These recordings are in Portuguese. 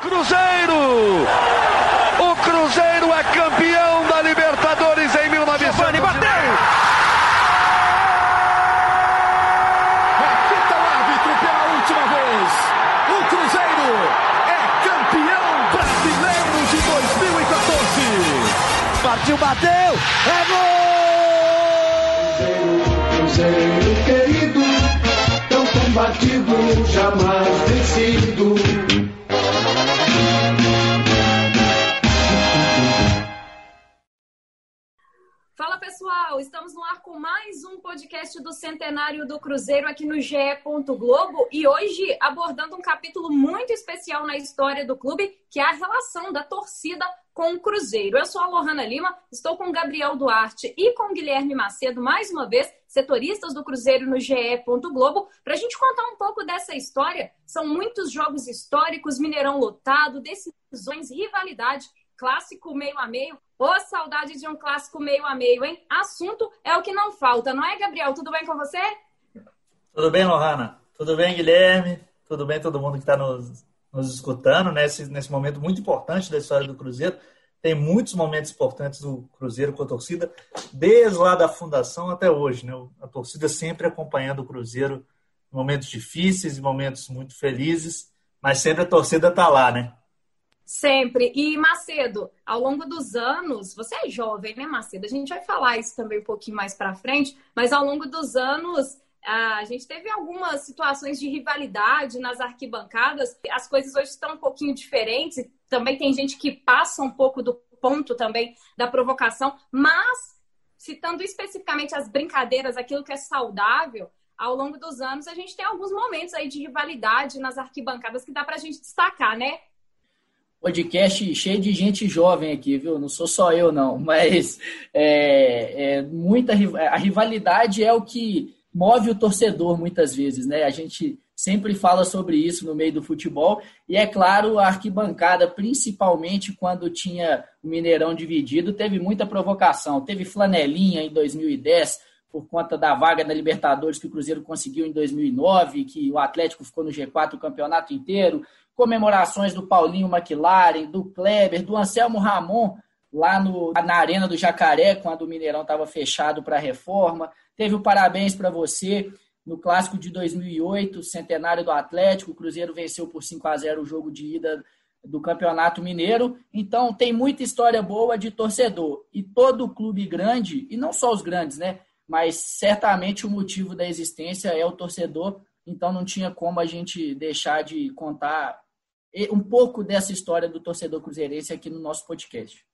Cruzeiro! O Cruzeiro é campeão da Libertadores em 1900. Giovani bateu! Apita o árbitro pela última vez. O Cruzeiro é campeão brasileiro de 2014. Partiu, bateu! É gol! Cruzeiro querido, tão combatido, jamais vencido. Fala pessoal, estamos no ar com mais um podcast do Centenário do Cruzeiro aqui no GE. Globo e hoje abordando um capítulo muito especial na história do clube, que é a relação da torcida com o Cruzeiro. Eu sou a Lohana Lima, estou com o Gabriel Duarte e com o Guilherme Macedo, mais uma vez, setoristas do Cruzeiro no GE. Globo, para a gente contar um pouco dessa história. São muitos jogos históricos, Mineirão lotado, decisões, rivalidade, clássico meio a meio. Ô, saudade de um clássico meio a meio, hein? Assunto é o que não falta, não é, Gabriel? Tudo bem com você? Tudo bem, Lohana? Tudo bem, Guilherme? Tudo bem todo mundo que está nos escutando nesse momento muito importante da história do Cruzeiro. Tem muitos momentos importantes do Cruzeiro com a torcida, desde lá da fundação até hoje, né? A torcida sempre acompanhando o Cruzeiro em momentos difíceis, em momentos muito felizes, mas sempre a torcida está lá, né? Sempre. E, Macedo, ao longo dos anos, você é jovem, né, Macedo? A gente vai falar isso também um pouquinho mais para frente, mas ao longo dos anos, a gente teve algumas situações de rivalidade nas arquibancadas. As coisas hoje estão um pouquinho diferentes. Também tem gente que passa um pouco do ponto também da provocação, mas, citando especificamente as brincadeiras, aquilo que é saudável, ao longo dos anos, a gente tem alguns momentos aí de rivalidade nas arquibancadas que dá para a gente destacar, né? Podcast cheio de gente jovem aqui, viu? Não sou só eu, não. Mas a rivalidade é o que move o torcedor muitas vezes, né? A gente sempre fala sobre isso no meio do futebol. E, é claro, a arquibancada, principalmente quando tinha o Mineirão dividido, teve muita provocação. Teve flanelinha em 2010, por conta da vaga da Libertadores que o Cruzeiro conseguiu em 2009, que o Atlético ficou no G4 o campeonato inteiro. Comemorações do Paulinho McLaren, do Kleber, do Anselmo Ramon, lá na Arena do Jacaré, quando o Mineirão estava fechado para a reforma. Teve o parabéns para você no Clássico de 2008, centenário do Atlético. O Cruzeiro venceu por 5-0 o jogo de ida do Campeonato Mineiro. Então, tem muita história boa de torcedor. E todo clube grande, e não só os grandes, né? Mas certamente o motivo da existência é o torcedor. Então, não tinha como a gente deixar de contar um pouco dessa história do torcedor cruzeirense aqui no nosso podcast.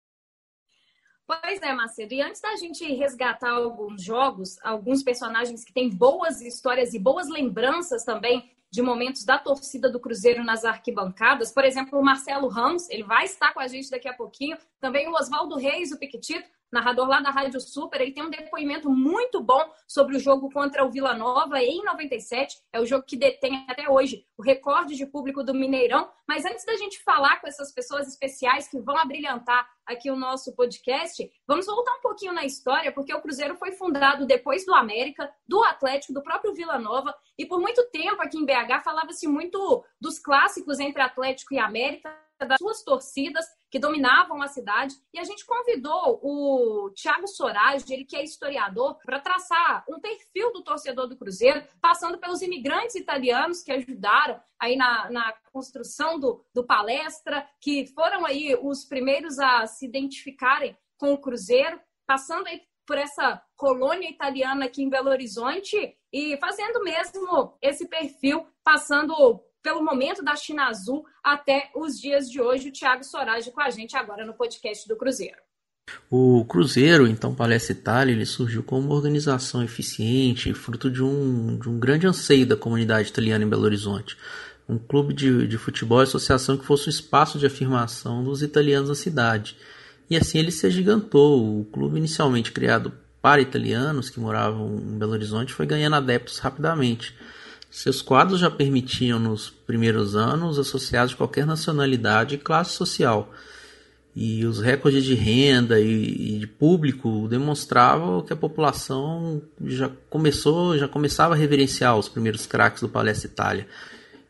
Pois é, Macedo. E antes da gente resgatar alguns jogos, alguns personagens que têm boas histórias e boas lembranças também de momentos da torcida do Cruzeiro nas arquibancadas, por exemplo, o Marcelo Ramos, ele vai estar com a gente daqui a pouquinho. Também o Oswaldo Reis, o Piquitito, narrador lá da Rádio Super, ele tem um depoimento muito bom sobre o jogo contra o Vila Nova em 97. É o jogo que detém até hoje o recorde de público do Mineirão. Mas antes da gente falar com essas pessoas especiais que vão abrilhantar aqui o nosso podcast, vamos voltar um pouquinho na história, porque o Cruzeiro foi fundado depois do América, do Atlético, do próprio Vila Nova, e por muito tempo aqui em BH falava-se muito dos clássicos entre Atlético e América, das suas torcidas que dominavam a cidade, e a gente convidou o Thiago Sorage, ele que é historiador, para traçar um perfil do torcedor do Cruzeiro, passando pelos imigrantes italianos que ajudaram aí na construção do Palestra, que foram aí os primeiros a se identificarem com o Cruzeiro, passando aí por essa colônia italiana aqui em Belo Horizonte e fazendo mesmo esse perfil, passando pelo momento da China Azul até os dias de hoje. O Thiago Sorage com a gente agora no podcast do Cruzeiro. O Cruzeiro, então Palestra Itália, ele surgiu como uma organização eficiente, fruto de um grande anseio da comunidade italiana em Belo Horizonte. Um clube de futebol e associação que fosse um espaço de afirmação dos italianos na cidade. E assim ele se agigantou. O clube, inicialmente criado para italianos que moravam em Belo Horizonte, foi ganhando adeptos rapidamente. Seus quadros já permitiam, nos primeiros anos, associados de qualquer nacionalidade e classe social. E os recordes de renda e de público demonstravam que a população já começava a reverenciar os primeiros craques do Palestra Itália.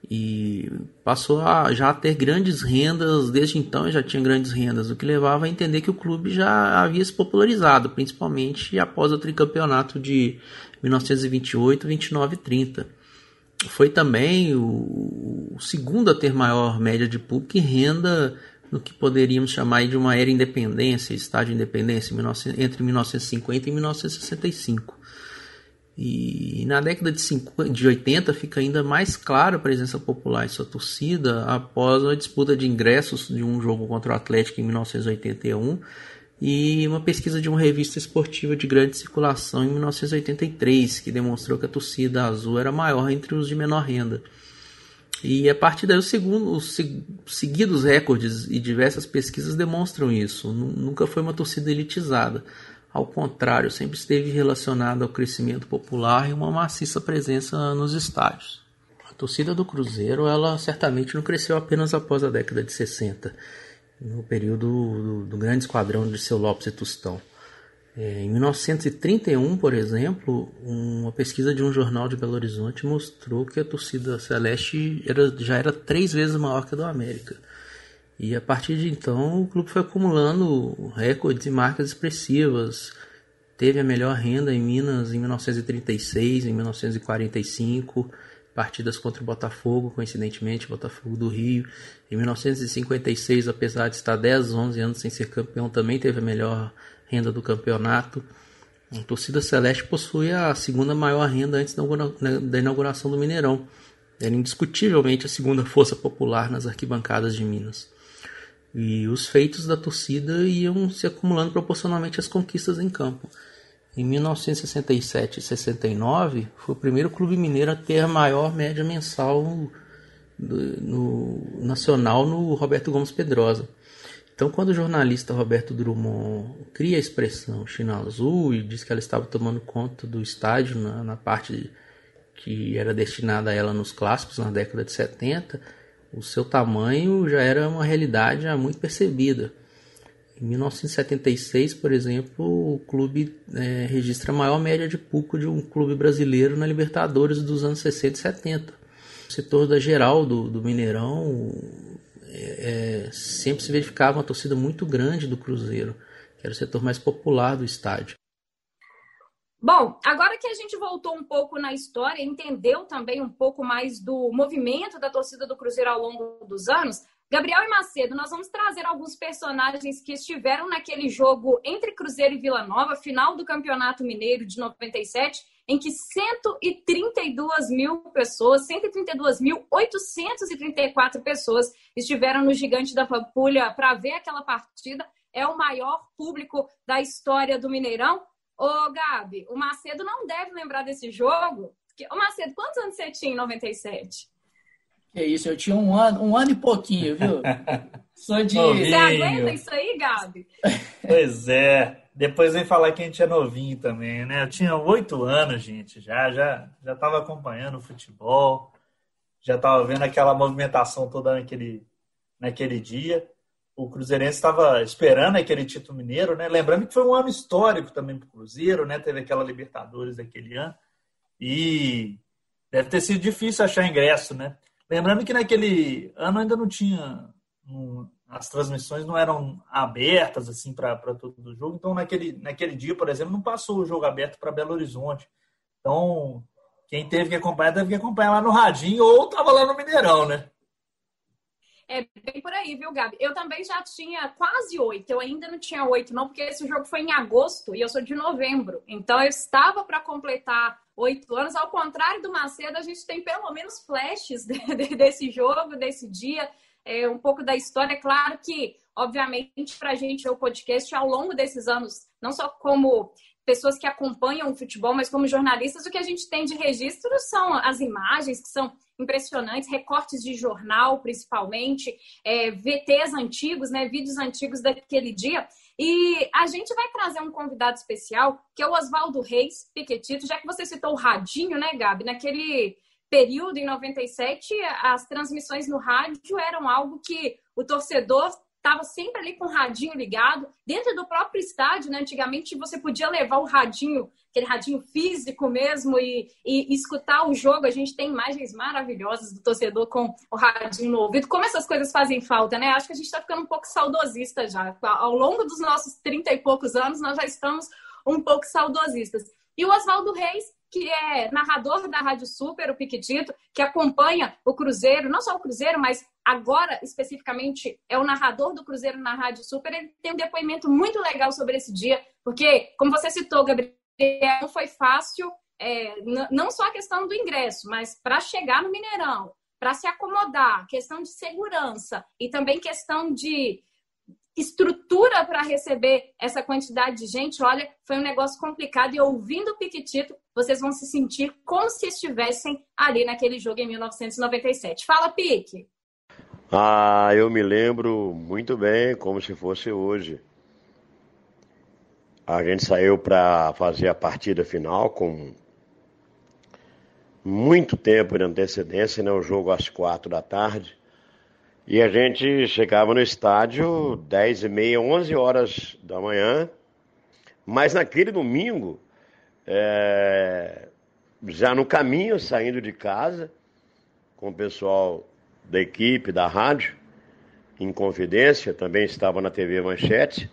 e passou a já ter grandes rendas, desde então já tinha grandes rendas, o que levava a entender que o clube já havia se popularizado, principalmente após o tricampeonato de 1928, 29 e 30. Foi também o segundo a ter maior média de público e renda no que poderíamos chamar de uma era independência, estádio independência, entre 1950 e 1965. E na década de 80 fica ainda mais clara a presença popular e sua torcida após a disputa de ingressos de um jogo contra o Atlético em 1981 e uma pesquisa de uma revista esportiva de grande circulação em 1983, que demonstrou que a torcida azul era maior entre os de menor renda. E a partir daí os seguidos recordes e diversas pesquisas demonstram isso. Nunca foi uma torcida elitizada. Ao contrário, sempre esteve relacionada ao crescimento popular e uma maciça presença nos estádios. A torcida do Cruzeiro, ela certamente não cresceu apenas após a década de 60, no período do grande esquadrão de Seu Lopes e Tostão. Em 1931, por exemplo, uma pesquisa de um jornal de Belo Horizonte mostrou que a torcida celeste já era 3 vezes maior que a do América. E a partir de então o clube foi acumulando recordes e marcas expressivas. Teve a melhor renda em Minas em 1936, em 1945, partidas contra o Botafogo, coincidentemente, Botafogo do Rio. Em 1956, apesar de estar 10, 11 anos sem ser campeão, também teve a melhor renda do campeonato. A torcida celeste possui a segunda maior renda antes da inauguração do Mineirão. Era indiscutivelmente a segunda força popular nas arquibancadas de Minas. E os feitos da torcida iam se acumulando proporcionalmente às conquistas em campo. Em 1967 e 69, foi o primeiro clube mineiro a ter a maior média mensal nacional no Roberto Gomes Pedrosa. Então, quando o jornalista Roberto Drummond cria a expressão China Azul e diz que ela estava tomando conta do estádio na parte que era destinada a ela nos clássicos na década de 70, o seu tamanho já era uma realidade já muito percebida. Em 1976, por exemplo, o clube registra a maior média de público de um clube brasileiro na Libertadores dos anos 60 e 70. O setor da geral do Mineirão sempre se verificava uma torcida muito grande do Cruzeiro, que era o setor mais popular do estádio. Bom, agora que a gente voltou um pouco na história, entendeu também um pouco mais do movimento da torcida do Cruzeiro ao longo dos anos, Gabriel e Macedo, nós vamos trazer alguns personagens que estiveram naquele jogo entre Cruzeiro e Vila Nova, final do Campeonato Mineiro de 97, em que 132.834 pessoas estiveram no Gigante da Pampulha para ver aquela partida. É o maior público da história do Mineirão. Ô, Gabi, o Macedo não deve lembrar desse jogo. Ô, Macedo, quantos anos você tinha em 97? Que isso, eu tinha um ano e pouquinho, viu? Você aguenta isso aí, Gabi? Pois é. Depois vem falar que a gente é novinho também, né? Eu tinha 8 anos, gente. Já estava acompanhando o futebol. Já estava vendo aquela movimentação toda naquele dia. O Cruzeirense estava esperando aquele título mineiro, né? Lembrando que foi um ano histórico também para o Cruzeiro, né? Teve aquela Libertadores daquele ano. E deve ter sido difícil achar ingresso, né? Lembrando que naquele ano ainda não tinha... As transmissões não eram abertas assim para todo o jogo. Então, naquele dia, por exemplo, não passou o jogo aberto para Belo Horizonte. Então, quem teve que acompanhar, teve que acompanhar lá no radinho ou estava lá no Mineirão, né? É bem por aí, viu, Gabi? Eu também já tinha quase 8. Eu ainda não tinha 8, não, porque esse jogo foi em agosto e eu sou de novembro. Então, eu estava para completar 8 anos. Ao contrário do Macedo, a gente tem pelo menos flashes desse jogo, desse dia, um pouco da história. É claro que, obviamente, para a gente, o podcast, ao longo desses anos, não só como pessoas que acompanham o futebol, mas como jornalistas, o que a gente tem de registro são as imagens, que são impressionantes, recortes de jornal, principalmente, VTs antigos, né, vídeos antigos daquele dia. E a gente vai trazer um convidado especial, que é o Oswaldo Reis Piquetito, já que você citou o radinho, né, Gabi? Naquele período, em 97, as transmissões no rádio eram algo que o torcedor estava sempre ali com o radinho ligado, dentro do próprio estádio, né? Antigamente você podia levar o radinho, aquele radinho físico mesmo, e escutar o jogo. A gente tem imagens maravilhosas do torcedor com o radinho no ouvido. Como essas coisas fazem falta, né? Acho que a gente está ficando um pouco saudosista já. Ao longo dos nossos 30 e poucos anos, nós já estamos um pouco saudosistas. E o Oswaldo Reis, que é narrador da Rádio Super, o Piquitito, que acompanha o Cruzeiro, não só o Cruzeiro, mas agora especificamente é o narrador do Cruzeiro na Rádio Super. Ele tem um depoimento muito legal sobre esse dia, porque, como você citou, Gabriel, não foi fácil, não só a questão do ingresso, mas para chegar no Mineirão, para se acomodar, questão de segurança e também questão de estrutura para receber essa quantidade de gente. Olha, foi um negócio complicado, e ouvindo o Piquitito, vocês vão se sentir como se estivessem ali naquele jogo em 1997. Fala, Pique! Eu me lembro muito bem, como se fosse hoje. A gente saiu para fazer a partida final com muito tempo de antecedência, né? O jogo às 4 da tarde. E a gente chegava no estádio 10h30, 11 horas da manhã. Mas naquele domingo, já no caminho, saindo de casa, com o pessoal da equipe, da rádio, em confidência, também estava na TV Manchete,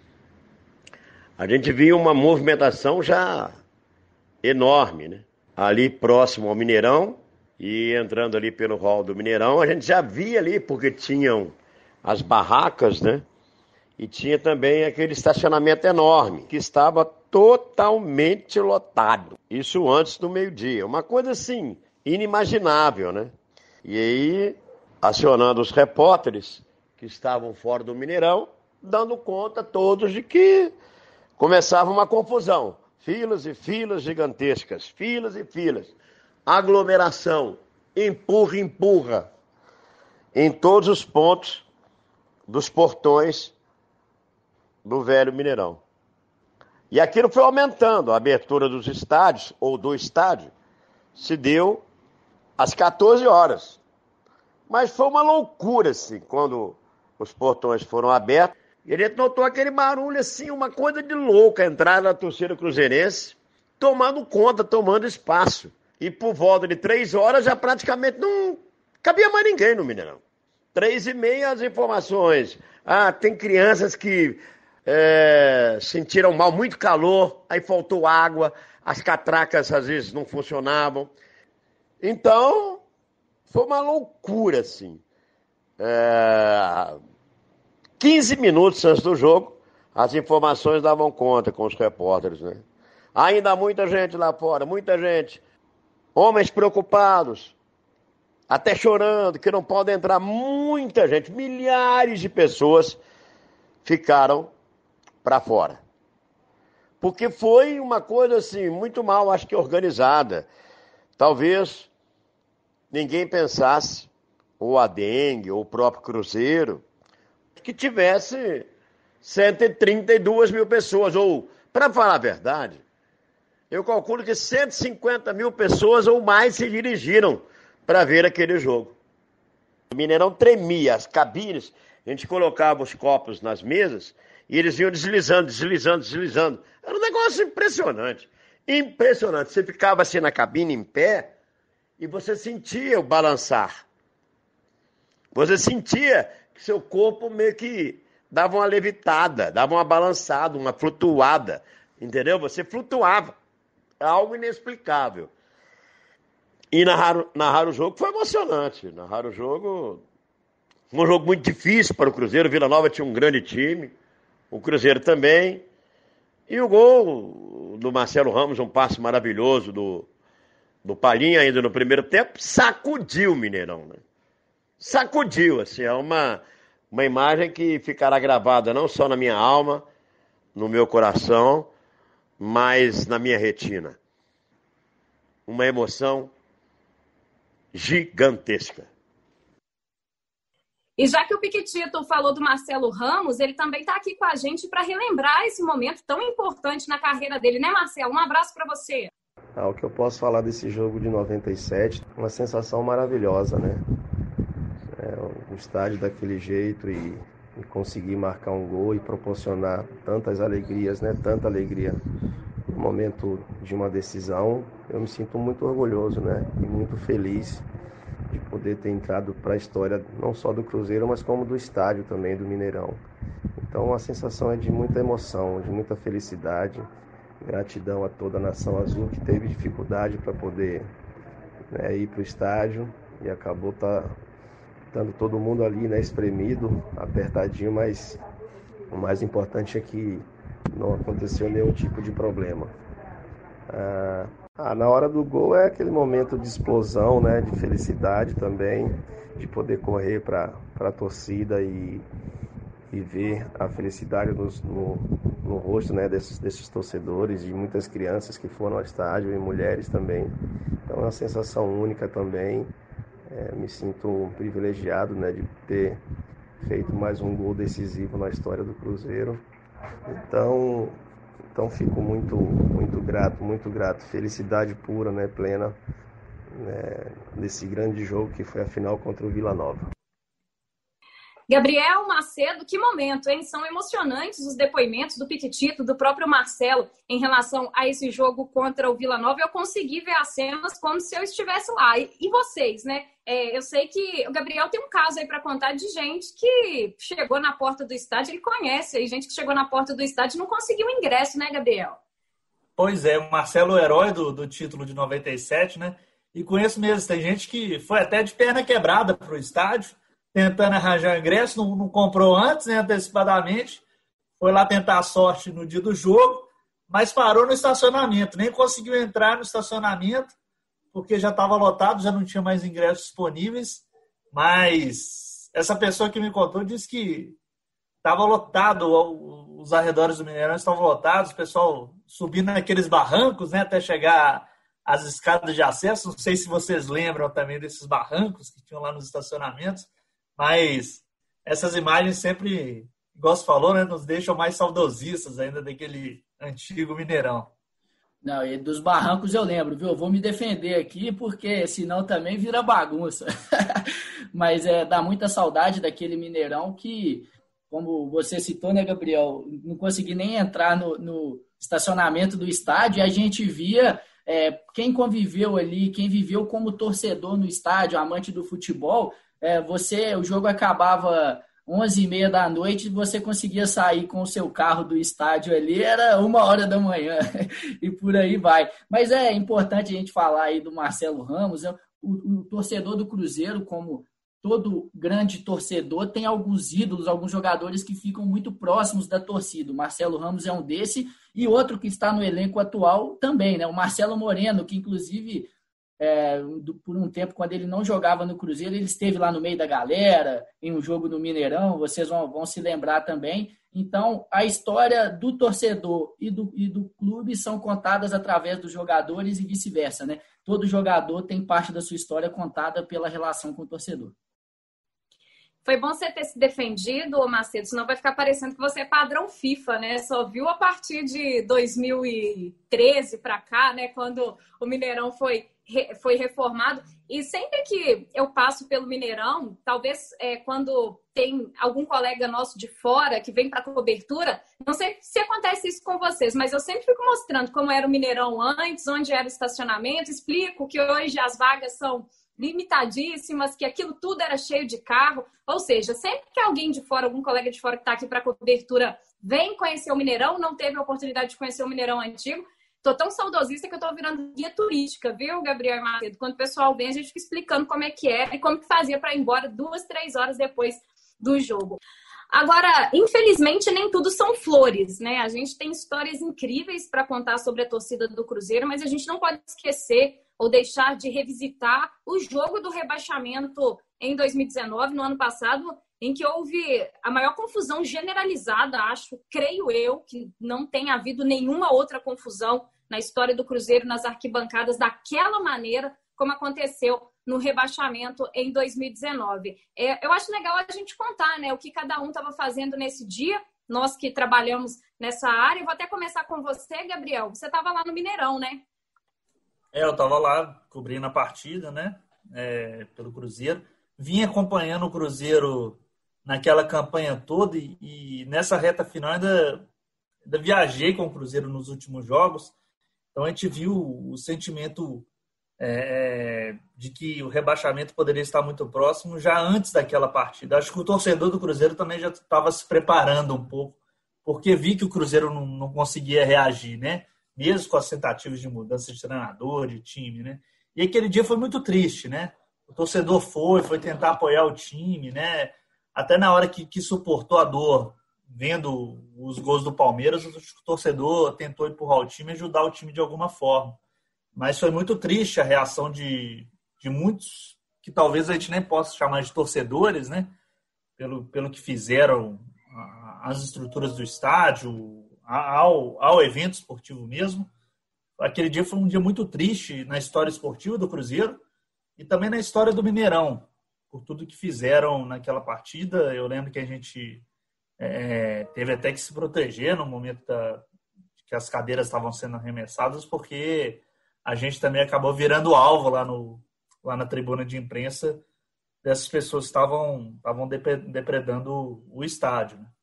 a gente via uma movimentação já enorme, né? Ali próximo ao Mineirão, e entrando ali pelo hall do Mineirão, a gente já via ali, porque tinham as barracas, né? E tinha também aquele estacionamento enorme, que estava totalmente lotado. Isso antes do meio-dia. Uma coisa assim, inimaginável, né? E aí, acionando os repórteres que estavam fora do Mineirão, dando conta todos de que começava uma confusão. Filas e filas gigantescas, filas e filas. Aglomeração, empurra, empurra, em todos os pontos dos portões do velho Mineirão. E aquilo foi aumentando. A abertura dos estádios, ou do estádio, se deu às 14 horas. Mas foi uma loucura, assim, quando os portões foram abertos. E a gente notou aquele barulho, assim, uma coisa de louco, a entrada da torcida cruzeirense, tomando conta, tomando espaço. E por volta de 3 horas já praticamente não cabia mais ninguém no Mineirão. 3h30 as informações. Tem crianças que sentiram mal, muito calor, aí faltou água, as catracas às vezes não funcionavam. Então, foi uma loucura, assim. 15 minutos antes do jogo, as informações davam conta com os repórteres, né? Ainda há muita gente lá fora, muita gente. Homens preocupados, até chorando, que não podem entrar. Muita gente, milhares de pessoas ficaram para fora. Porque foi uma coisa assim, muito mal, acho que organizada. Talvez ninguém pensasse, ou a Dengue, ou o próprio Cruzeiro, que tivesse 132 mil pessoas, ou, para falar a verdade, eu calculo que 150 mil pessoas ou mais se dirigiram para ver aquele jogo. O Mineirão tremia, as cabines, a gente colocava os copos nas mesas e eles iam deslizando, deslizando, deslizando. Era um negócio impressionante, impressionante. Você ficava assim na cabine em pé e você sentia o balançar. Você sentia que seu corpo meio que dava uma levitada, dava uma balançada, uma flutuada, entendeu? Você flutuava. É algo inexplicável. E narrar o jogo foi emocionante. Narrar o jogo, um jogo muito difícil para o Cruzeiro. O Vila Nova tinha um grande time, o Cruzeiro também. E o gol do Marcelo Ramos, um passe maravilhoso do Palhinha ainda no primeiro tempo, sacudiu o Mineirão, né? Sacudiu, assim, é uma imagem que ficará gravada não só na minha alma, no meu coração, mas na minha retina. Uma emoção gigantesca. E já que o Piquitito falou do Marcelo Ramos, ele também está aqui com a gente para relembrar esse momento tão importante na carreira dele, né, Marcelo? Um abraço para você. O que eu posso falar desse jogo de 97, uma sensação maravilhosa, né? Um estádio daquele jeito e e conseguir marcar um gol e proporcionar tantas alegrias, né? Tanta alegria no momento de uma decisão. Eu me sinto muito orgulhoso, né? E muito feliz de poder ter entrado para a história não só do Cruzeiro, mas como do estádio também, do Mineirão. Então a sensação é de muita emoção, de muita felicidade, gratidão a toda a nação azul que teve dificuldade para poder, né, ir para o estádio e acabou estando todo mundo ali, né, espremido, apertadinho, mas o mais importante é que não aconteceu nenhum tipo de problema. Na hora do gol é aquele momento de explosão, né, de felicidade também, de poder correr para a torcida e ver a felicidade no rosto, né, desses torcedores e muitas crianças que foram ao estádio e mulheres também. Então é uma sensação única também. Me sinto privilegiado, né, de ter feito mais um gol decisivo na história do Cruzeiro. Então fico muito grato, felicidade pura, né, plena, né, desse grande jogo que foi a final contra o Vila Nova. Gabriel Macedo, que momento, hein? São emocionantes os depoimentos do Piquitito, do próprio Marcelo, em relação a esse jogo contra o Vila Nova. Eu consegui ver as cenas como se eu estivesse lá. E vocês, né? Eu sei que o Gabriel tem um caso aí para contar de gente que chegou na porta do estádio, ele conhece aí, gente que chegou na porta do estádio e não conseguiu ingresso, né, Gabriel? Pois é, o Marcelo é o herói do título de 97, né? E conheço mesmo, tem gente que foi até de perna quebrada para o estádio, tentando arranjar ingresso, não comprou antes, né, antecipadamente, foi lá tentar a sorte no dia do jogo, mas parou no estacionamento, nem conseguiu entrar no estacionamento, porque já estava lotado, já não tinha mais ingressos disponíveis, mas essa pessoa que me contou disse que estava lotado, os arredores do Mineirão estavam lotados, o pessoal subindo naqueles barrancos, né, até chegar às escadas de acesso. Não sei se vocês lembram também desses barrancos que tinham lá nos estacionamentos, mas essas imagens sempre, igual você falou, né, nos deixam mais saudosistas ainda daquele antigo Mineirão. Não, e dos barrancos eu lembro, viu? Eu vou me defender aqui, porque senão também vira bagunça. Mas dá muita saudade daquele Mineirão que, como você citou, né, Gabriel, não consegui nem entrar no estacionamento do estádio, e a gente via quem conviveu ali, quem viveu como torcedor no estádio, amante do futebol. O jogo acabava 11h30 da noite e você conseguia sair com o seu carro do estádio ali, era 1h da manhã e por aí vai. Mas é importante a gente falar aí do Marcelo Ramos. O torcedor do Cruzeiro, como todo grande torcedor, tem alguns ídolos, alguns jogadores que ficam muito próximos da torcida. O Marcelo Ramos é um desse, e outro que está no elenco atual também, né? O Marcelo Moreno, que inclusive por um tempo, quando ele não jogava no Cruzeiro, ele esteve lá no meio da galera, em um jogo no Mineirão, vocês vão se lembrar também. Então, a história do torcedor e do clube são contadas através dos jogadores e vice-versa, né? Todo jogador tem parte da sua história contada pela relação com o torcedor. Foi bom você ter se defendido, Macedo, senão vai ficar parecendo que você é padrão FIFA, né? Só viu a partir de 2013 para cá, né? Quando o Mineirão foi reformado. E sempre que eu passo pelo Mineirão, talvez quando tem algum colega nosso de fora que vem para cobertura, não sei se acontece isso com vocês, mas eu sempre fico mostrando como era o Mineirão antes, onde era o estacionamento, explico que hoje as vagas são limitadíssimas, que aquilo tudo era cheio de carro. Ou seja, sempre que alguém de fora, algum colega de fora que está aqui para cobertura, vem conhecer o Mineirão, não teve a oportunidade de conhecer o Mineirão antigo, tô tão saudosista que eu tô virando guia turística, viu, Gabriel Macedo? Quando o pessoal vem, a gente fica explicando como é que era e como que fazia para ir embora 2-3 horas depois do jogo. Agora, infelizmente, nem tudo são flores, né? A gente tem histórias incríveis para contar sobre a torcida do Cruzeiro, mas a gente não pode esquecer ou deixar de revisitar o jogo do rebaixamento em 2019, no ano passado, em que houve a maior confusão generalizada, creio eu, que não tenha havido nenhuma outra confusão na história do Cruzeiro nas arquibancadas daquela maneira como aconteceu no rebaixamento em 2019. Eu acho legal a gente contar, né, o que cada um estava fazendo nesse dia, nós que trabalhamos nessa área. Eu vou até começar com você, Gabriel. Você estava lá no Mineirão, né? Eu estava lá cobrindo a partida, né, pelo Cruzeiro. Vim acompanhando o Cruzeiro naquela campanha toda e nessa reta final ainda viajei com o Cruzeiro nos últimos jogos. Então a gente viu o sentimento de que o rebaixamento poderia estar muito próximo já antes daquela partida. Acho que o torcedor do Cruzeiro também já estava se preparando um pouco, porque vi que o Cruzeiro não conseguia reagir, né? Mesmo com as tentativas de mudança de treinador, de time, né? E aquele dia foi muito triste, né? O torcedor foi tentar apoiar o time, né? Até na hora que suportou a dor, vendo os gols do Palmeiras, o torcedor tentou empurrar o time e ajudar o time de alguma forma. Mas foi muito triste a reação de muitos, que talvez a gente nem possa chamar de torcedores, né? Pelo que fizeram as estruturas do estádio, ao evento esportivo mesmo. Aquele dia foi um dia muito triste na história esportiva do Cruzeiro e também na história do Mineirão, por tudo que fizeram naquela partida. Eu lembro que a gente teve até que se proteger no momento que as cadeiras estavam sendo arremessadas, porque a gente também acabou virando alvo lá na tribuna de imprensa dessas pessoas que estavam depredando o estádio, né?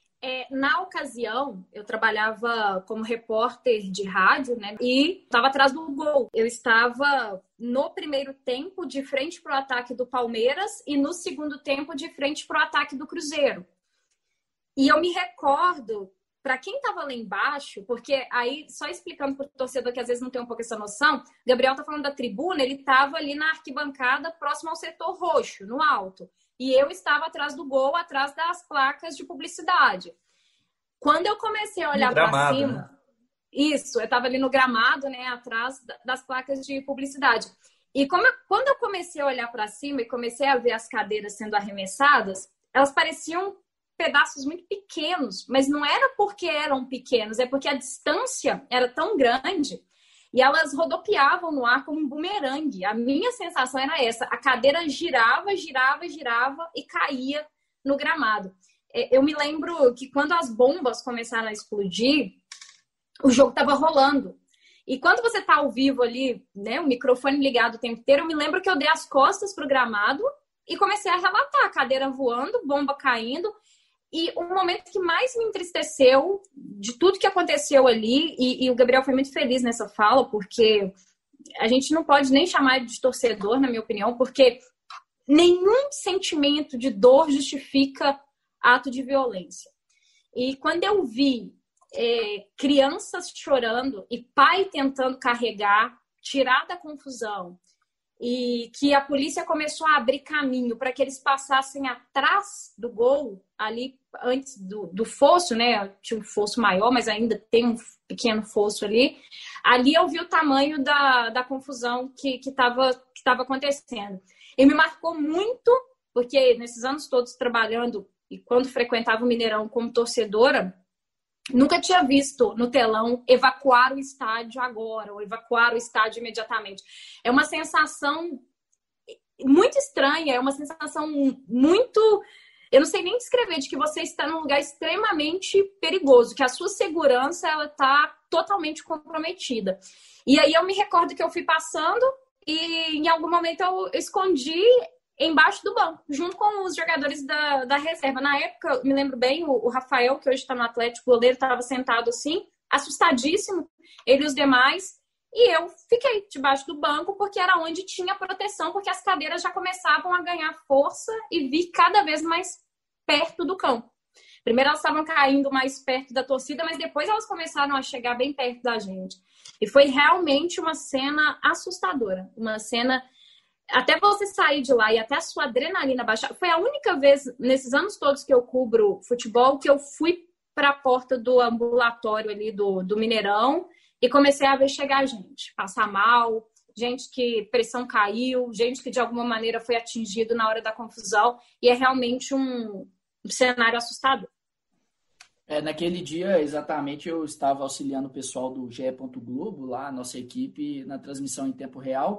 Na ocasião, eu trabalhava como repórter de rádio, né? E estava atrás do gol. Eu estava no primeiro tempo de frente para o ataque do Palmeiras e no segundo tempo de frente para o ataque do Cruzeiro. E eu me recordo, para quem estava lá embaixo, porque aí, só explicando para o torcedor que às vezes não tem um pouco essa noção, Gabriel está falando da tribuna, ele estava ali na arquibancada próximo ao setor roxo, no alto. E eu estava atrás do gol, atrás das placas de publicidade. Quando eu comecei a olhar para cima... Né? Isso, eu estava ali no gramado, né, atrás das placas de publicidade. E quando eu comecei a olhar para cima e comecei a ver as cadeiras sendo arremessadas, elas pareciam pedaços muito pequenos, mas não era porque eram pequenos, é porque a distância era tão grande e elas rodopiavam no ar como um bumerangue. A minha sensação era essa, a cadeira girava e caía no gramado. Eu me lembro que quando as bombas começaram a explodir, o jogo estava rolando. E quando você está ao vivo ali, né, o microfone ligado o tempo inteiro, eu me lembro que eu dei as costas para o gramado e comecei a relatar, a cadeira voando, bomba caindo. E o momento que mais me entristeceu de tudo que aconteceu ali, e o Gabriel foi muito feliz nessa fala, porque a gente não pode nem chamar ele de torcedor, na minha opinião, porque nenhum sentimento de dor justifica ato de violência. E quando eu vi crianças chorando e pai tentando carregar, tirar da confusão, e que a polícia começou a abrir caminho para que eles passassem atrás do gol, ali antes do fosso, né? Tinha um fosso maior, mas ainda tem um pequeno fosso ali. Ali eu vi o tamanho da confusão que estava acontecendo. E me marcou muito, porque nesses anos todos trabalhando e quando frequentava o Mineirão como torcedora, nunca tinha visto no telão evacuar o estádio agora, ou evacuar o estádio imediatamente. É uma sensação muito estranha, é uma sensação muito... Eu não sei nem descrever, de que você está num lugar extremamente perigoso, que a sua segurança ela está totalmente comprometida. E aí eu me recordo que eu fui passando e em algum momento eu escondi embaixo do banco, junto com os jogadores da reserva. Na época, eu me lembro bem, o Rafael, que hoje está no Atlético, o goleiro, estava sentado assim, assustadíssimo, ele e os demais, e eu fiquei debaixo do banco, porque era onde tinha proteção, porque as cadeiras já começavam a ganhar força e vi cada vez mais perto do campo. Primeiro elas estavam caindo mais perto da torcida, mas depois elas começaram a chegar bem perto da gente. E foi realmente uma cena assustadora, uma cena... Até você sair de lá e até a sua adrenalina baixar. Foi a única vez, nesses anos todos que eu cubro futebol, que eu fui para a porta do ambulatório ali do Mineirão e comecei a ver chegar gente, passar mal, gente que pressão caiu, gente que de alguma maneira foi atingido na hora da confusão. E é realmente um cenário assustador. Naquele dia, exatamente, eu estava auxiliando o pessoal do GE. Globo, lá, a nossa equipe, na transmissão em tempo real.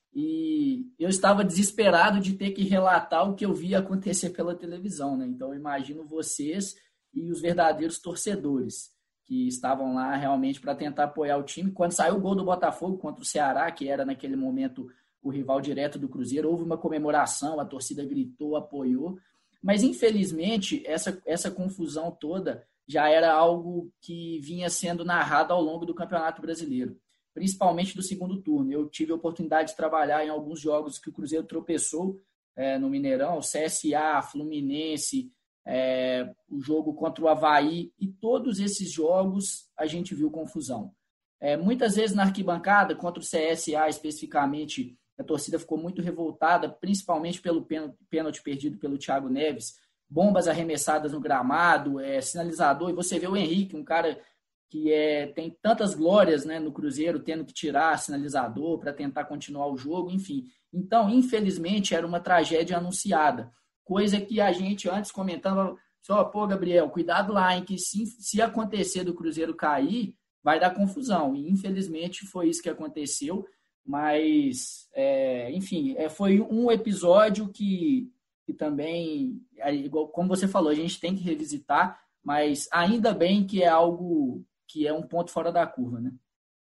E eu estava desesperado de ter que relatar o que eu via acontecer pela televisão, né? Então, eu imagino vocês e os verdadeiros torcedores que estavam lá realmente para tentar apoiar o time. Quando saiu o gol do Botafogo contra o Ceará, que era naquele momento o rival direto do Cruzeiro, houve uma comemoração, a torcida gritou, apoiou. Mas, infelizmente, essa confusão toda já era algo que vinha sendo narrado ao longo do Campeonato Brasileiro, principalmente do segundo turno. Eu tive a oportunidade de trabalhar em alguns jogos que o Cruzeiro tropeçou no Mineirão, CSA, Fluminense, o jogo contra o Avaí, e todos esses jogos a gente viu confusão. Muitas vezes na arquibancada, contra o CSA especificamente, a torcida ficou muito revoltada, principalmente pelo pênalti perdido pelo Thiago Neves, bombas arremessadas no gramado, sinalizador, e você vê o Henrique, um cara que tem tantas glórias, né, no Cruzeiro, tendo que tirar sinalizador para tentar continuar o jogo, enfim. Então, infelizmente, era uma tragédia anunciada, coisa que a gente antes comentava, pô, Gabriel, cuidado lá, em que se acontecer do Cruzeiro cair, vai dar confusão, e infelizmente foi isso que aconteceu, mas, enfim, foi um episódio que também, igual, como você falou, a gente tem que revisitar, mas ainda bem que é algo que é um ponto fora da curva, né?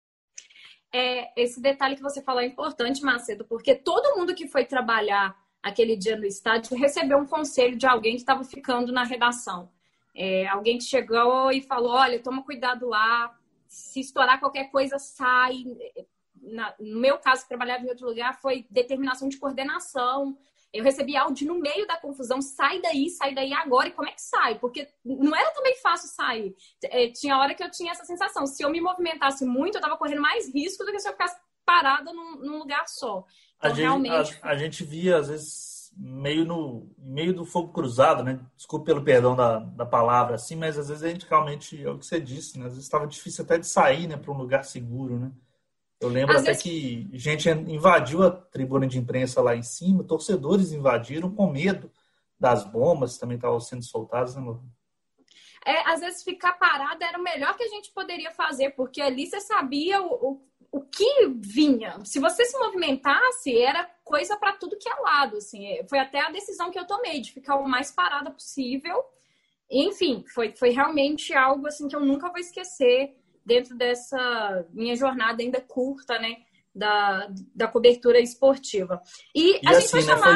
Esse detalhe que você falou é importante, Macedo, porque todo mundo que foi trabalhar aquele dia no estádio recebeu um conselho de alguém que estava ficando na redação. Alguém que chegou e falou, olha, toma cuidado lá, se estourar qualquer coisa, sai. No meu caso, que trabalhava em outro lugar, foi determinação de coordenação. Eu recebi áudio no meio da confusão, sai daí agora, e como é que sai? Porque não era também fácil sair. Tinha hora que eu tinha essa sensação, se eu me movimentasse muito, eu estava correndo mais risco do que se eu ficasse parada num lugar só. Então, a gente via, às vezes, meio do fogo cruzado, né? Desculpe pelo perdão da palavra, assim, mas às vezes a gente realmente, é o que você disse, né? Às vezes estava difícil até de sair, né, para um lugar seguro, né? Eu lembro até que gente invadiu a tribuna de imprensa lá em cima, torcedores invadiram com medo das bombas que também estavam sendo soltadas, né, Lu? Às vezes ficar parada era o melhor que a gente poderia fazer, porque ali você sabia o que vinha. Se você se movimentasse, era coisa para tudo que é lado. Assim. Foi até a decisão que eu tomei, de ficar o mais parada possível. Enfim, foi realmente algo assim, que eu nunca vou esquecer dentro dessa minha jornada ainda curta, né, da cobertura esportiva. E a gente vai chamar...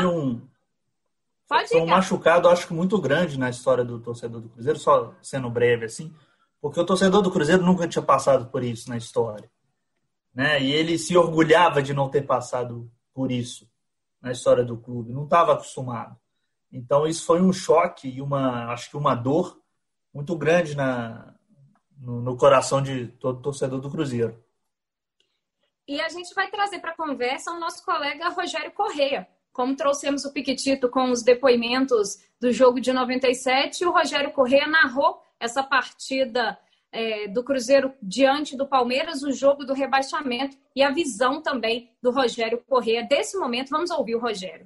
Foi um machucado, acho que muito grande na história do torcedor do Cruzeiro, só sendo breve assim, porque o torcedor do Cruzeiro nunca tinha passado por isso na história, né? E ele se orgulhava de não ter passado por isso na história do clube, não estava acostumado. Então isso foi um choque e acho que uma dor muito grande no coração de todo torcedor do Cruzeiro. E a gente vai trazer para a conversa o nosso colega Rogério Corrêa. Como trouxemos o Piquetito com os depoimentos do jogo de 97, o Rogério Corrêa narrou essa partida do Cruzeiro diante do Palmeiras, o jogo do rebaixamento e a visão também do Rogério Corrêa desse momento. Vamos ouvir o Rogério.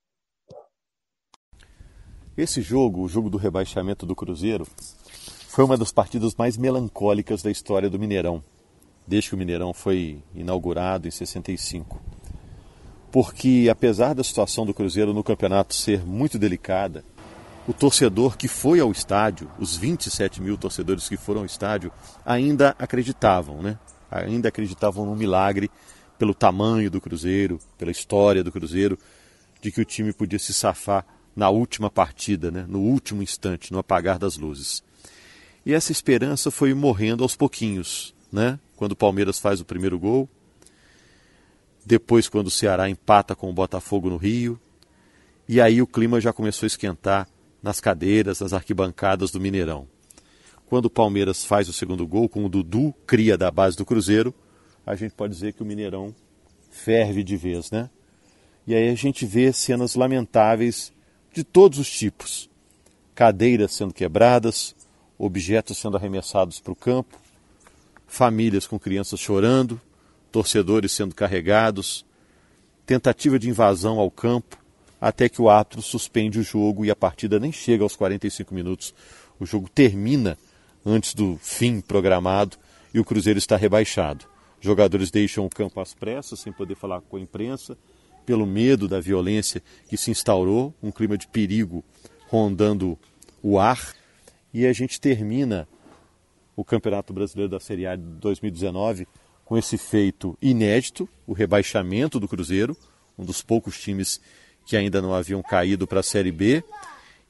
Esse jogo, o jogo do rebaixamento do Cruzeiro, foi uma das partidas mais melancólicas da história do Mineirão, desde que o Mineirão foi inaugurado em 65. Porque, apesar da situação do Cruzeiro no campeonato ser muito delicada, o torcedor que foi ao estádio, os 27 mil torcedores que foram ao estádio, ainda acreditavam, né? Ainda acreditavam no milagre, pelo tamanho do Cruzeiro, pela história do Cruzeiro, de que o time podia se safar na última partida, né? No último instante, no apagar das luzes. E essa esperança foi morrendo aos pouquinhos, né? Quando o Palmeiras faz o primeiro gol, depois quando o Ceará empata com o Botafogo no Rio, e aí o clima já começou a esquentar nas cadeiras, nas arquibancadas do Mineirão. Quando o Palmeiras faz o segundo gol, com o Dudu, cria da base do Cruzeiro, a gente pode dizer que o Mineirão ferve de vez, né? E aí a gente vê cenas lamentáveis de todos os tipos. Cadeiras sendo quebradas, objetos sendo arremessados para o campo, famílias com crianças chorando, torcedores sendo carregados, tentativa de invasão ao campo, até que o árbitro suspende o jogo e a partida nem chega aos 45 minutos. O jogo termina antes do fim programado e o Cruzeiro está rebaixado. Os jogadores deixam o campo às pressas, sem poder falar com a imprensa, pelo medo da violência que se instaurou, um clima de perigo rondando o ar. E a gente termina o Campeonato Brasileiro da Série A de 2019 com esse feito inédito, o rebaixamento do Cruzeiro, um dos poucos times que ainda não haviam caído para a Série B,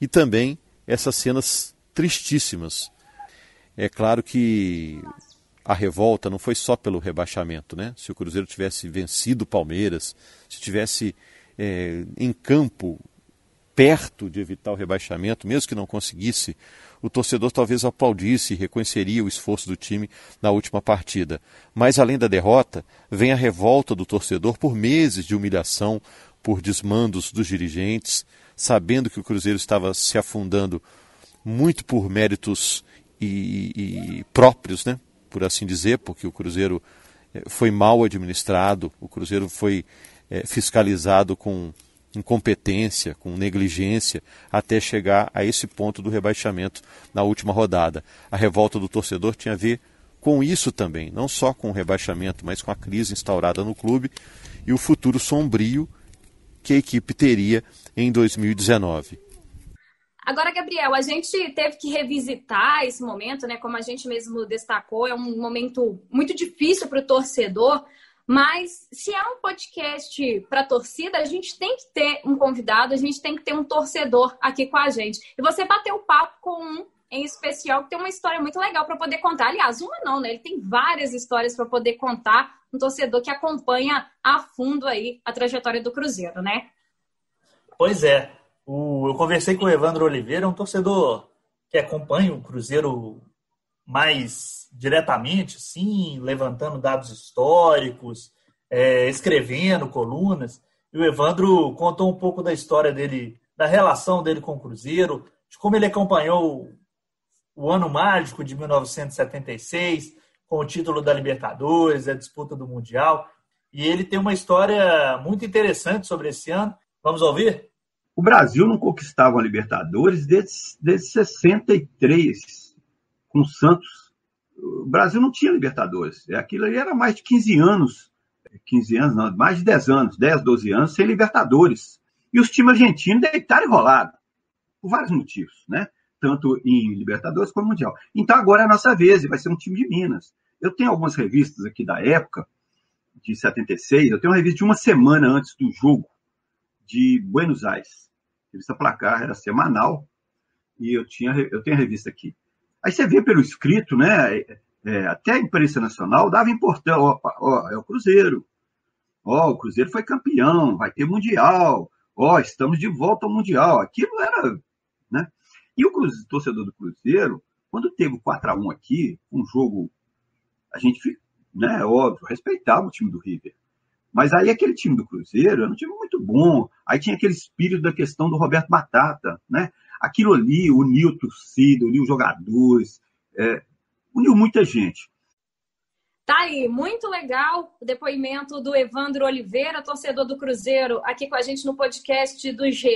e também essas cenas tristíssimas. É claro que a revolta não foi só pelo rebaixamento, né? Se o Cruzeiro tivesse vencido o Palmeiras, se tivesse em campo perto de evitar o rebaixamento, mesmo que não conseguisse, o torcedor talvez aplaudisse e reconheceria o esforço do time na última partida. Mas além da derrota, vem a revolta do torcedor por meses de humilhação, por desmandos dos dirigentes, sabendo que o Cruzeiro estava se afundando muito por méritos e próprios, né? Por assim dizer, porque o Cruzeiro foi mal administrado, o Cruzeiro foi fiscalizado com incompetência, com negligência, até chegar a esse ponto do rebaixamento na última rodada. A revolta do torcedor tinha a ver com isso também, não só com o rebaixamento, mas com a crise instaurada no clube e o futuro sombrio que a equipe teria em 2019. Agora, Gabriel, a gente teve que revisitar esse momento, né? Como a gente mesmo destacou, é um momento muito difícil para o torcedor, mas se é um podcast para a torcida, a gente tem que ter um convidado, a gente tem que ter um torcedor aqui com a gente. E você bateu papo com um em especial que tem uma história muito legal para poder contar. Aliás, uma não, né? Ele tem várias histórias para poder contar, um torcedor que acompanha a fundo aí a trajetória do Cruzeiro, né? Pois é. Eu conversei com o Evandro Oliveira, um torcedor que acompanha o Cruzeiro mais diretamente, sim, levantando dados históricos, escrevendo colunas. E o Evandro contou um pouco da história dele, da relação dele com o Cruzeiro, de como ele acompanhou o ano mágico de 1976, com o título da Libertadores, a disputa do Mundial. E ele tem uma história muito interessante sobre esse ano. Vamos ouvir? O Brasil não conquistava a Libertadores desde 63, com o Santos. O Brasil não tinha Libertadores. Aquilo ali era mais de 15 anos. 15 anos, não, mais de 10 anos, 10, 12 anos, sem Libertadores. E os times argentinos deitaram e rolaram, por vários motivos, né? Tanto em Libertadores como Mundial. Então agora é a nossa vez, e vai ser um time de Minas. Eu tenho algumas revistas aqui da época, de 76, eu tenho uma revista de uma semana antes do jogo, de Buenos Aires. A revista Placar era semanal, e eu tenho a revista aqui. Aí você vê pelo escrito, né? Até a imprensa nacional dava importância. É o Cruzeiro. O Cruzeiro foi campeão, vai ter Mundial. Estamos de volta ao Mundial. Aquilo era, né? E o torcedor do Cruzeiro, quando teve o 4-1 aqui, um jogo, a gente, né, óbvio, respeitava o time do River. Mas aí aquele time do Cruzeiro era um time muito bom. Aí tinha aquele espírito da questão do Roberto Batata, né? Aquilo ali uniu a torcida, uniu os jogadores, uniu muita gente. Tá aí, muito legal o depoimento do Evandro Oliveira, torcedor do Cruzeiro, aqui com a gente no podcast do GE.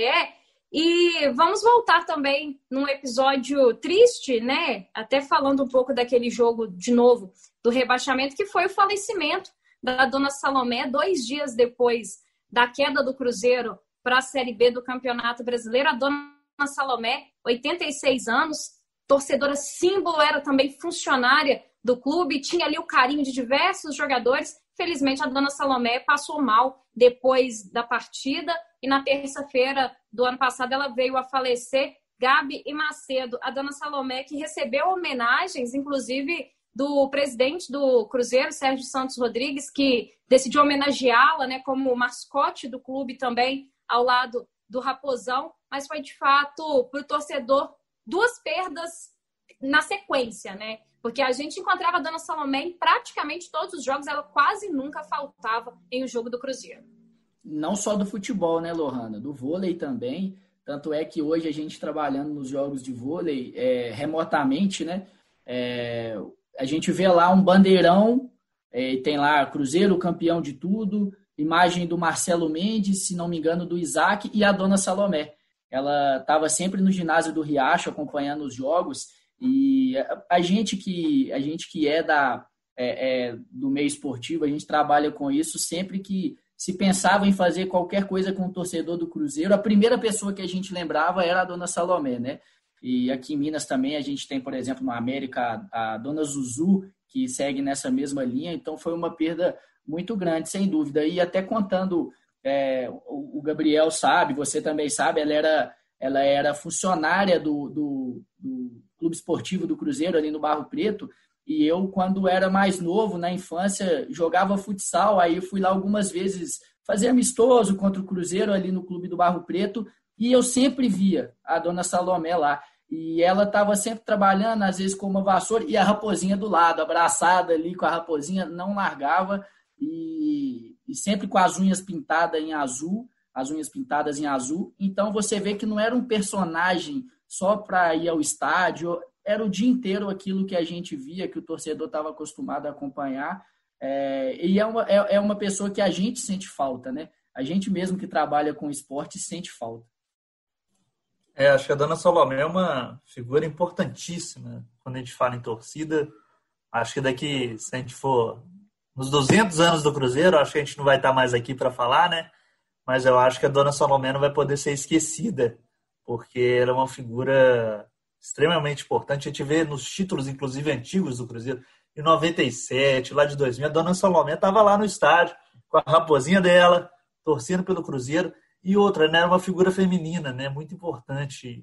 E vamos voltar também num episódio triste, né? Até falando um pouco daquele jogo, de novo, do rebaixamento, que foi o falecimento da dona Salomé, 2 dias depois da queda do Cruzeiro para a Série B do Campeonato Brasileiro. A dona Salomé, 86 anos, torcedora símbolo, era também funcionária do clube, tinha ali o carinho de diversos jogadores. Felizmente, a dona Salomé passou mal depois da partida e na terça-feira do ano passado ela veio a falecer. Gabi e Macedo, a dona Salomé, que recebeu homenagens, inclusive do presidente do Cruzeiro, Sérgio Santos Rodrigues, que decidiu homenageá-la, né, como mascote do clube também, ao lado do Raposão, mas foi de fato para o torcedor 2 perdas na sequência, né? Porque a gente encontrava a dona Salomé em praticamente todos os jogos, ela quase nunca faltava em um jogo do Cruzeiro. Não só do futebol, né, Lohana? Do vôlei também. Tanto é que hoje a gente trabalhando nos jogos de vôlei remotamente, né? A gente vê lá um bandeirão, tem lá Cruzeiro, campeão de tudo, imagem do Marcelo Mendes, se não me engano, do Isaac e a dona Salomé. Ela estava sempre no ginásio do Riacho acompanhando os jogos e a gente que é do meio esportivo, a gente trabalha com isso. Sempre que se pensava em fazer qualquer coisa com o torcedor do Cruzeiro, a primeira pessoa que a gente lembrava era a dona Salomé, né? E aqui em Minas também a gente tem, por exemplo, no América, a dona Zuzu, que segue nessa mesma linha. Então foi uma perda muito grande, sem dúvida. E até contando, o Gabriel sabe, você também sabe, ela era Ela era funcionária do Clube Esportivo do Cruzeiro, ali no Barro Preto, e eu, quando era mais novo, na infância, jogava futsal, aí fui lá algumas vezes fazer amistoso contra o Cruzeiro ali no Clube do Barro Preto, e eu sempre via a dona Salomé lá. E ela estava sempre trabalhando, às vezes com uma vassoura, e a raposinha do lado, abraçada ali com a raposinha, não largava, e sempre com as unhas pintadas em azul, as unhas pintadas em azul. Então você vê que não era um personagem só para ir ao estádio, era o dia inteiro aquilo que a gente via, que o torcedor estava acostumado a acompanhar. E é uma pessoa que a gente sente falta, né? A gente mesmo que trabalha com esporte sente falta. Acho que a dona Salomé é uma figura importantíssima quando a gente fala em torcida. Acho que daqui, se a gente for nos 200 anos do Cruzeiro, acho que a gente não vai estar mais aqui para falar, né? Mas eu acho que a dona Salomé não vai poder ser esquecida, porque ela é uma figura extremamente importante. A gente vê nos títulos, inclusive, antigos do Cruzeiro, em 97, lá de 2000, a dona Salomé estava lá no estádio com a raposinha dela, torcendo pelo Cruzeiro. E outra, né, era uma figura feminina, né, muito importante,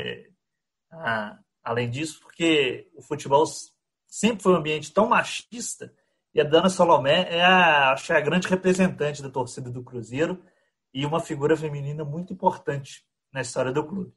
além disso, porque o futebol sempre foi um ambiente tão machista, e a dona Salomé acho que é a grande representante da torcida do Cruzeiro e uma figura feminina muito importante na história do clube.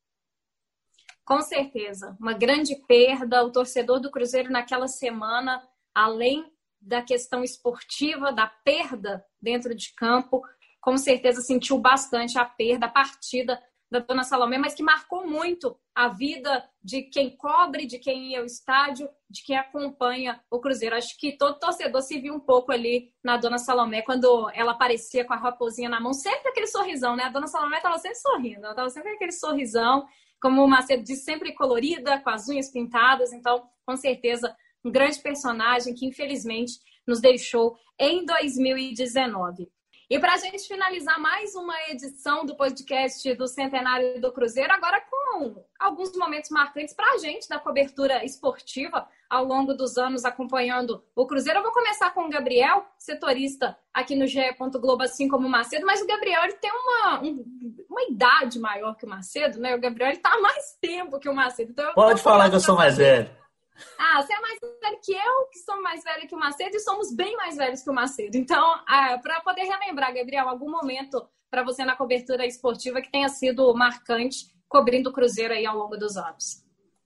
Com certeza, uma grande perda. O torcedor do Cruzeiro naquela semana, além da questão esportiva, da perda dentro de campo, com certeza sentiu bastante a perda, a partida da dona Salomé, mas que marcou muito a vida de quem cobre, de quem ia ao estádio, de quem acompanha o Cruzeiro. Acho que todo torcedor se viu um pouco ali na dona Salomé, quando ela aparecia com a raposinha na mão, sempre aquele sorrisão, né? A dona Salomé estava sempre sorrindo, ela estava sempre com aquele sorrisão, como o Macedo disse, sempre colorida, com as unhas pintadas. Então, com certeza, um grande personagem que, infelizmente, nos deixou em 2019. E para a gente finalizar mais uma edição do podcast do Centenário do Cruzeiro, agora com alguns momentos marcantes para a gente da cobertura esportiva ao longo dos anos acompanhando o Cruzeiro. Eu vou começar com o Gabriel, setorista aqui no GE. Globo, assim como o Macedo, mas o Gabriel ele tem uma idade maior que o Macedo, né? O Gabriel está há mais tempo que o Macedo. Então, pode falar que eu sou mais velho. Você é mais velho que eu, que sou mais velho que o Macedo, e somos bem mais velhos que o Macedo. Então, para poder relembrar, Gabriel, algum momento para você na cobertura esportiva que tenha sido marcante, cobrindo o Cruzeiro aí ao longo dos anos.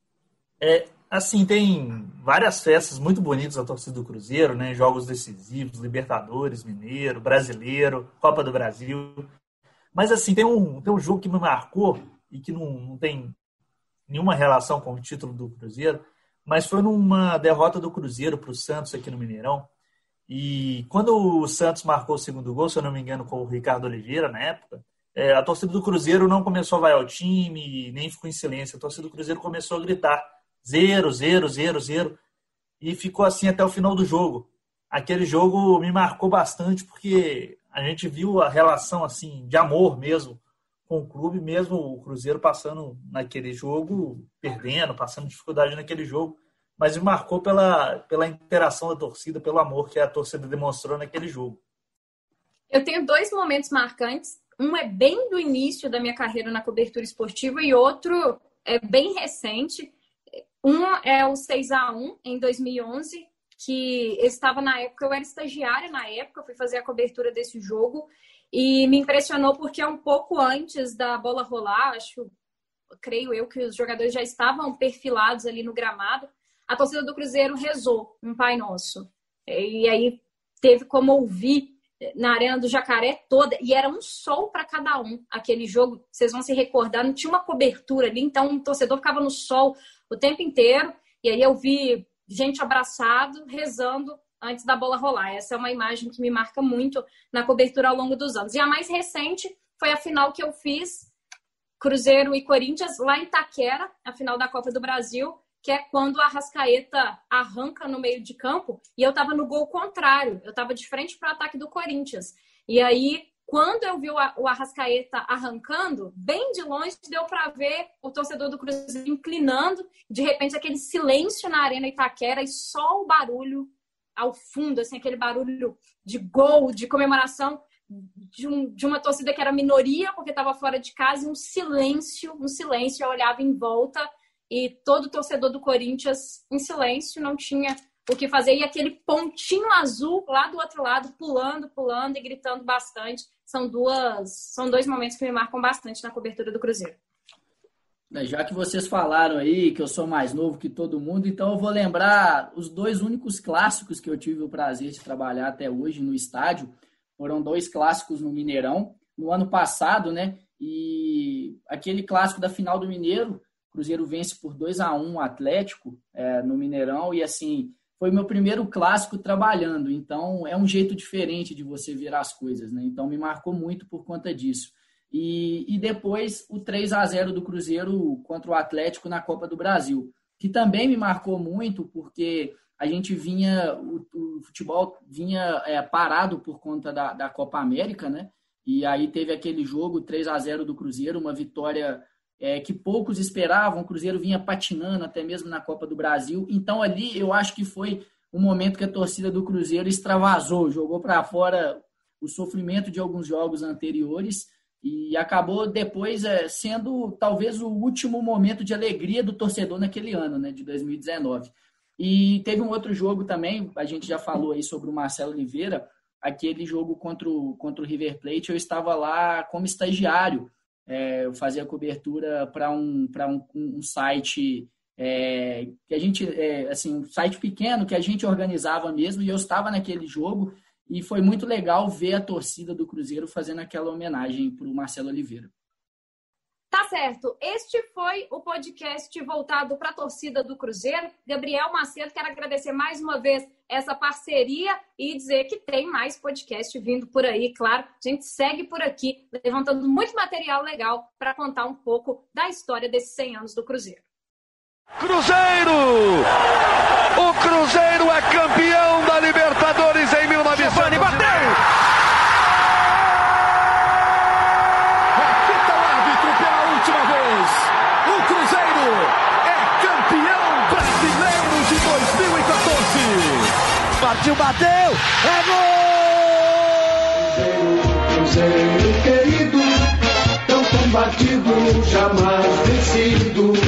Assim, tem várias festas muito bonitas da torcida do Cruzeiro, né? Jogos decisivos, Libertadores, Mineiro, Brasileiro, Copa do Brasil. Mas, assim, tem um jogo que me marcou e que não tem nenhuma relação com o título do Cruzeiro, mas foi numa derrota do Cruzeiro para o Santos aqui no Mineirão. E quando o Santos marcou o segundo gol, se eu não me engano, com o Ricardo Oliveira, na época, a torcida do Cruzeiro não começou a vaiar o time, nem ficou em silêncio. A torcida do Cruzeiro começou a gritar 0, 0, 0, 0, e ficou assim até o final do jogo. Aquele jogo me marcou bastante, porque a gente viu a relação assim, de amor mesmo com o clube, mesmo o Cruzeiro passando naquele jogo, perdendo, passando dificuldade naquele jogo, mas me marcou pela interação da torcida, pelo amor que a torcida demonstrou naquele jogo. Eu tenho 2 momentos marcantes. Um é bem do início da minha carreira na cobertura esportiva e outro é bem recente. Um é o 6-1 em 2011, que eu estava na época, eu era estagiária na época, fui fazer a cobertura desse jogo. E me impressionou porque um pouco antes da bola rolar, creio eu que os jogadores já estavam perfilados ali no gramado, a torcida do Cruzeiro rezou um Pai Nosso. E aí teve como ouvir na Arena do Jacaré toda, e era um sol para cada um aquele jogo. Vocês vão se recordar, não tinha uma cobertura ali, então o torcedor ficava no sol o tempo inteiro, e aí eu vi gente abraçado, rezando antes da bola rolar. Essa é uma imagem que me marca muito na cobertura ao longo dos anos. E a mais recente foi a final que eu fiz, Cruzeiro e Corinthians, lá em Itaquera, a final da Copa do Brasil, que é quando a Arrascaeta arranca no meio de campo, e eu estava no gol contrário, eu estava de frente para o ataque do Corinthians. E aí, quando eu vi o Arrascaeta arrancando, bem de longe deu para ver o torcedor do Cruzeiro inclinando, de repente aquele silêncio na Arena Itaquera e só o barulho ao fundo, assim, aquele barulho de gol, de comemoração, de uma torcida que era minoria, porque estava fora de casa, e um silêncio, eu olhava em volta e todo torcedor do Corinthians em silêncio, não tinha o que fazer, e aquele pontinho azul lá do outro lado, pulando e gritando bastante. São dois momentos que me marcam bastante na cobertura do Cruzeiro. Já que vocês falaram aí que eu sou mais novo que todo mundo, então eu vou lembrar os 2 únicos clássicos que eu tive o prazer de trabalhar até hoje no estádio. Foram 2 clássicos no Mineirão, no ano passado, né? E aquele clássico da final do Mineiro, o Cruzeiro vence por 2-1 o Atlético no Mineirão, e assim, foi meu primeiro clássico trabalhando, então é um jeito diferente de você ver as coisas, né? Então me marcou muito por conta disso. E depois o 3-0 do Cruzeiro contra o Atlético na Copa do Brasil, que também me marcou muito porque a gente o futebol vinha parado por conta da Copa América, né? E aí teve aquele jogo 3-0 do Cruzeiro, uma vitória que poucos esperavam, o Cruzeiro vinha patinando até mesmo na Copa do Brasil, então ali eu acho que foi um momento que a torcida do Cruzeiro extravasou, jogou para fora o sofrimento de alguns jogos anteriores, e acabou depois sendo talvez o último momento de alegria do torcedor naquele ano, né, de 2019. E teve um outro jogo também, a gente já falou aí sobre o Marcelo Oliveira, aquele jogo contra o River Plate, eu estava lá como estagiário, eu fazia cobertura para um site que a gente, assim, um site pequeno que a gente organizava mesmo, e eu estava naquele jogo. E foi muito legal ver a torcida do Cruzeiro fazendo aquela homenagem para o Marcelo Oliveira. Tá certo. Este foi o podcast voltado para a torcida do Cruzeiro. Gabriel Macedo, quero agradecer mais uma vez essa parceria e dizer que tem mais podcast vindo por aí, claro. A gente segue por aqui, levantando muito material legal para contar um pouco da história desses 100 anos do Cruzeiro. Cruzeiro! O Cruzeiro é campeão da Libertadores em 1900. Giovani bateu! Apita o árbitro pela última vez. O Cruzeiro é campeão brasileiro de 2014. Partiu, bateu! É gol! Cruzeiro querido, tão combatido, jamais vencido.